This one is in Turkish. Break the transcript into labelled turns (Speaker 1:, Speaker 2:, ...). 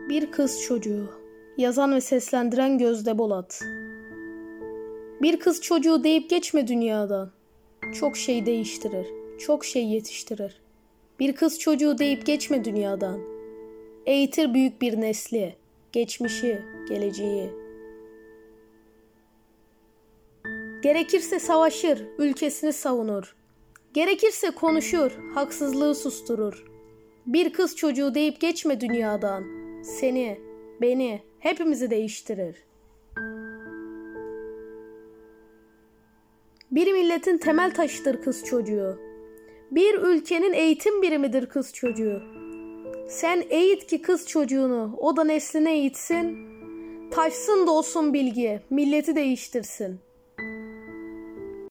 Speaker 1: Bir kız çocuğu. Yazan ve seslendiren Gözde Bolat. Bir kız çocuğu deyip geçme dünyadan. Çok şey değiştirir, çok şey yetiştirir. Bir kız çocuğu deyip geçme dünyadan. Eğitir büyük bir nesli, geçmişi, geleceği. Gerekirse savaşır, ülkesini savunur. Gerekirse konuşur, haksızlığı susturur. Bir kız çocuğu deyip geçme dünyadan. Seni, beni, hepimizi değiştirir. Bir milletin temel taşıdır kız çocuğu. Bir ülkenin eğitim birimidir kız çocuğu. Sen eğit ki kız çocuğunu, o da nesline eğitsin. Taşsın da olsun bilgi, milleti değiştirsin.